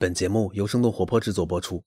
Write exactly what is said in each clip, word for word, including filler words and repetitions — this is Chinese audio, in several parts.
本节目由生动活泼制作播出。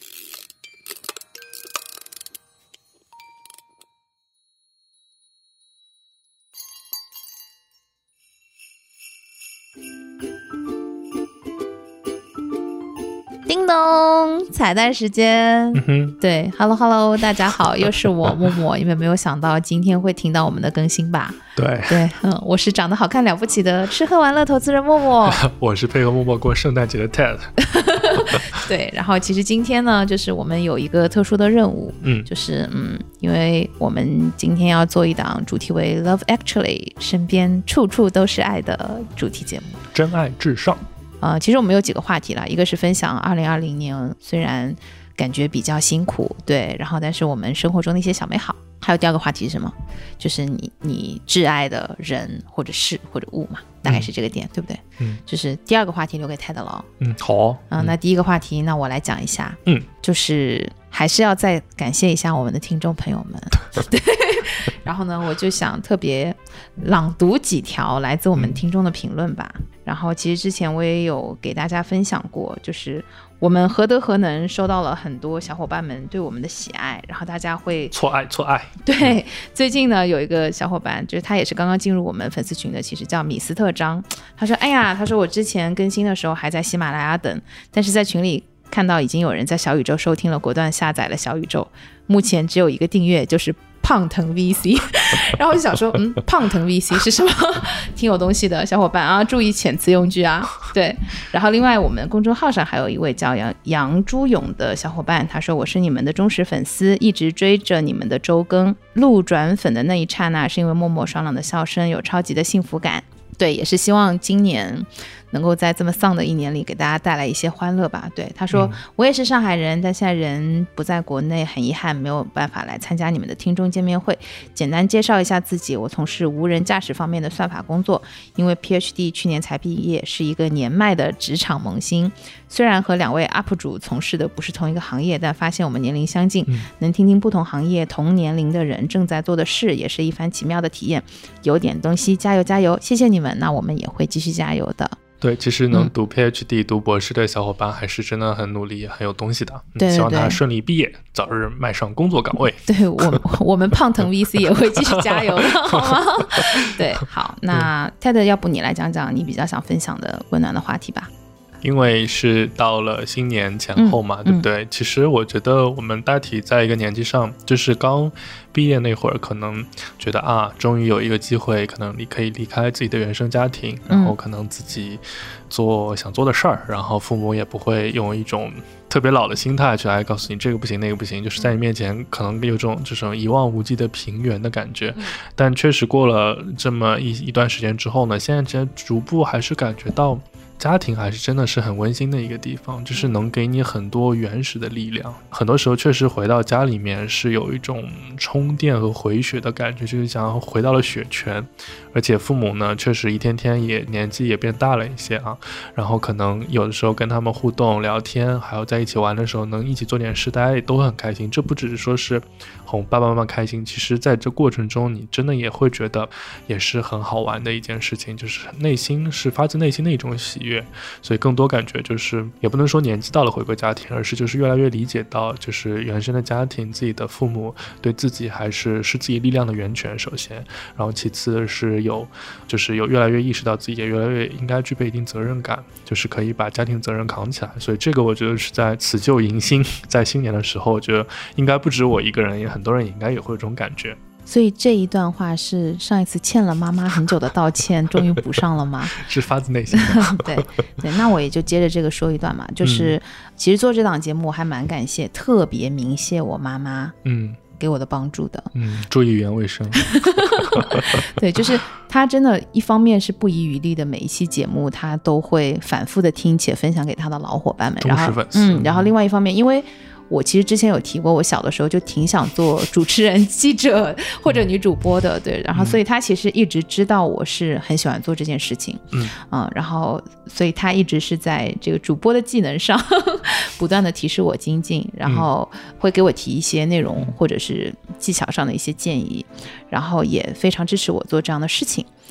叮咚，彩蛋时间、嗯、对 Hello Hello 大家好，又是我默默你们没有想到今天会听到我们的更新吧？ 对对、嗯、我是长得好看了不起的吃喝玩乐投资人默默我是配合默默过圣诞节的 Ted 对，然后其实今天呢就是我们有一个特殊的任务，嗯，就是嗯，因为我们今天要做一档主题为 Love Actually 身边处处都是爱的主题节目， 真爱至上。 呃，其实我们有几个话题啦，一个是分享二零二零年虽然感觉比较辛苦，对，然后但是我们生活中的一些小美好。还有第二个话题是什么？就是你你挚爱的人或者事或者物嘛，大概是这个点、嗯、对不对？嗯，就是第二个话题留给 Ted 了。 嗯，好。 嗯、呃，那第一个话题那我来讲一下。嗯，就是还是要再感谢一下我们的听众朋友们。对。然后呢，我就想特别朗读几条来自我们听众的评论吧。嗯、然后其实之前我也有给大家分享过，就是我们何德何能收到了很多小伙伴们对我们的喜爱，然后大家会错爱错爱。 对、嗯，最近呢有一个小伙伴，就是他也是刚刚进入我们粉丝群的，其实叫米斯特张。他说：“哎呀，他说我之前更新的时候还在喜马拉雅等，但是在群里看到已经有人在小宇宙收听了，果断下载了小宇宙。目前只有一个订阅，就是胖腾 V C。”然后我就想说，嗯，胖腾 V C 是什么？挺有东西的小伙伴啊，注意遣词用句啊。对，然后另外我们公众号上还有一位叫杨杨朱勇的小伙伴，他说我是你们的忠实粉丝，一直追着你们的周更，路转粉的那一刹那是因为默默爽朗的笑声有超级的幸福感。对，也是希望今年能够在这么丧的一年里给大家带来一些欢乐吧。对，他说、嗯、我也是上海人，但现在人不在国内，很遗憾没有办法来参加你们的听众见面会。简单介绍一下自己，我从事无人驾驶方面的算法工作，因为 P H D 去年才毕业，是一个年迈的职场萌新。虽然和两位 U P 主从事的不是同一个行业，但发现我们年龄相近、嗯、能听听不同行业同年龄的人正在做的事，也是一番奇妙的体验。有点东西，加油加油，谢谢你们，那我们也会继续加油的。 对，其实能读 P H D、嗯、读博士的小伙伴还是真的很努力，很有东西的。 对对对， 希望他顺利毕业，早日迈上工作岗位。 对，我我们胖腾 V C 也会继续加油的，好吗？对，好，那 Ted 要不你来讲讲你比较想分享的温暖的话题吧。 因为是到了新年前后嘛、嗯、对不对、嗯、其实我觉得我们大体在一个年纪上，就是刚毕业那会儿，可能觉得啊终于有一个机会，可能你可以离开自己的原生家庭，然后可能自己做想做的事儿、嗯、然后父母也不会用一种特别老的心态去来告诉你这个不行那个不行，就是在你面前可能有种这种一望无际的平原的感觉、嗯、但确实过了这么 一, 一段时间之后呢，现在其实逐步还是感觉到家庭还是真的是很温馨的一个地方，就是能给你很多原始的力量。很多时候确实回到家里面是有一种充电和回血的感觉，就是想回到了血泉。而且父母呢确实一天天也年纪也变大了一些啊，然后可能有的时候跟他们互动聊天，还有在一起玩的时候能一起做点事，大家也都很开心。这不只是说是哄爸爸妈妈开心，其实在这过程中你真的也会觉得也是很好玩的一件事情，就是内心是发自内心的一种喜悦。所以更多感觉就是也不能说年纪到了回归家庭，而是就是越来越理解到就是原生的家庭，自己的父母对自己还是是自己力量的源泉首先，然后其次是有就是有越来越意识到自己也越来越应该具备一定责任感，就是可以把家庭责任扛起来。所以这个我觉得是在辞旧迎新，在新年的时候我觉得应该不止我一个人，也很多人应该也会有这种感觉。 所以这一段话是上一次欠了妈妈很久的道歉终于补上了吗？ 是发自内心的对对，那我也就接着这个说一段嘛，就是、嗯、其实做这档节目我还蛮感谢，特别鸣谢我妈妈嗯给我的帮助的。 嗯，注意语言卫生对，就是她真的一方面是不遗余力的，每一期节目她都会反复的听且分享给她的老伙伴们， 忠实粉丝。 嗯，然后另外一方面因为我其实之前有提过，我小的时候就挺想做主持人、记者或者女主播的，对，然后所以他其实一直知道我是很喜欢做这件事情，嗯，嗯然后所以他一直是在这个主播的技能上不断的提示我精进，然后会给我提一些内容或者是技巧上的一些建议，然后也非常支持我做这样的事情。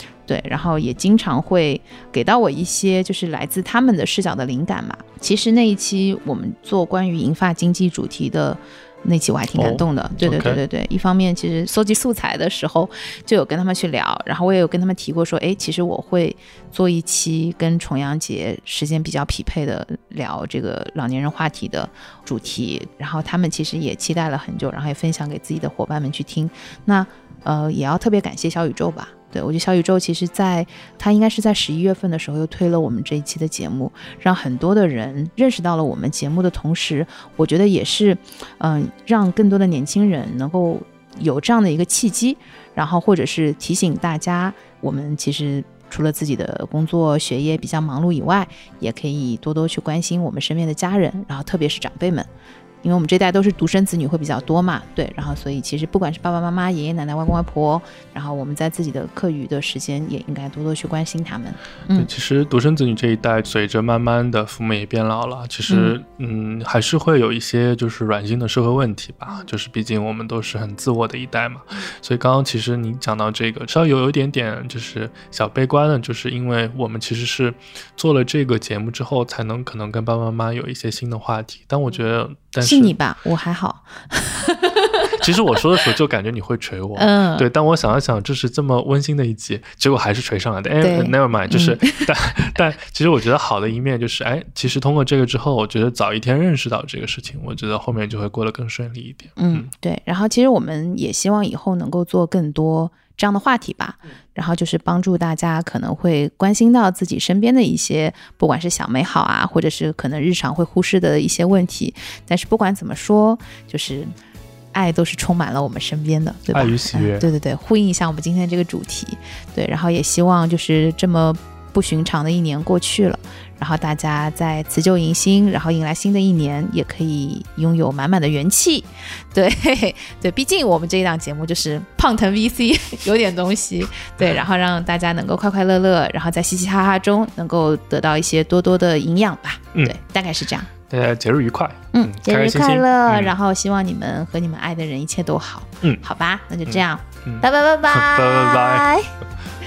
对，然后也经常会给到我一些就是来自他们的视角的灵感嘛。其实那一期我们做关于银发经济主题的那期我还挺感动的、oh, 对对对对对、okay. 一方面其实搜集素材的时候就有跟他们去聊，然后我也有跟他们提过说，哎，其实我会做一期跟重阳节时间比较匹配的聊这个老年人话题的主题，然后他们其实也期待了很久，然后也分享给自己的伙伴们去听。那呃，也要特别感谢小宇宙吧，对，我觉得小宇宙其实在他应该是在十一月份的时候又推了我们这一期的节目，让很多的人认识到了我们节目的同时，我觉得也是嗯、呃，让更多的年轻人能够有这样的一个契机，然后或者是提醒大家，我们其实除了自己的工作学业比较忙碌以外，也可以多多去关心我们身边的家人，然后特别是长辈们，因为我们这代都是独生子女会比较多嘛，对，然后所以其实不管是爸爸妈妈、爷爷奶奶、外公外婆，然后我们在自己的课余的时间也应该多多去关心他们。嗯， 其实独生子女这一代随着慢慢的父母也变老了，其实 嗯, 嗯还是会有一些就是软性的社会问题吧，就是毕竟我们都是很自我的一代嘛，所以刚刚其实你讲到这个稍微有一点点就是小悲观的，就是因为我们其实是做了这个节目之后才能可能跟爸爸妈妈有一些新的话题，但我觉得但是是你吧，我还好。 其实我说的时候就感觉你会捶我， 嗯， 对，但我想一想，这是这么温馨的一集，结果还是捶上来的。哎 ，never mind， 就是，嗯、但但其实我觉得好的一面就是，哎，其实通过这个之后，我觉得早一天认识到这个事情，我觉得后面就会过得更顺利一点。 嗯，嗯对。然后其实我们也希望以后能够做更多这样的话题吧，然后就是帮助大家可能会关心到自己身边的一些不管是小美好啊，或者是可能日常会忽视的一些问题，但是不管怎么说，就是爱都是充满了我们身边的，对吧？ 爱与喜悦、 嗯、对对对，呼应一下我们今天这个主题。对，然后也希望就是这么不寻常的一年过去了，然后大家在辞旧迎新，然后迎来新的一年，也可以拥有满满的元气。对对，毕竟我们这一档节目就是胖腾 V C， 有点东西，对，然后让大家能够快快乐乐，然后在嘻嘻哈哈中能够得到一些多多的营养吧。嗯，对，大概是这样。 大家节日愉快， 嗯，节日快乐， 嗯、 然后希望你们和你们爱的人一切都好， 嗯， 好吧，那就这样， 嗯、 拜拜拜拜拜拜拜拜。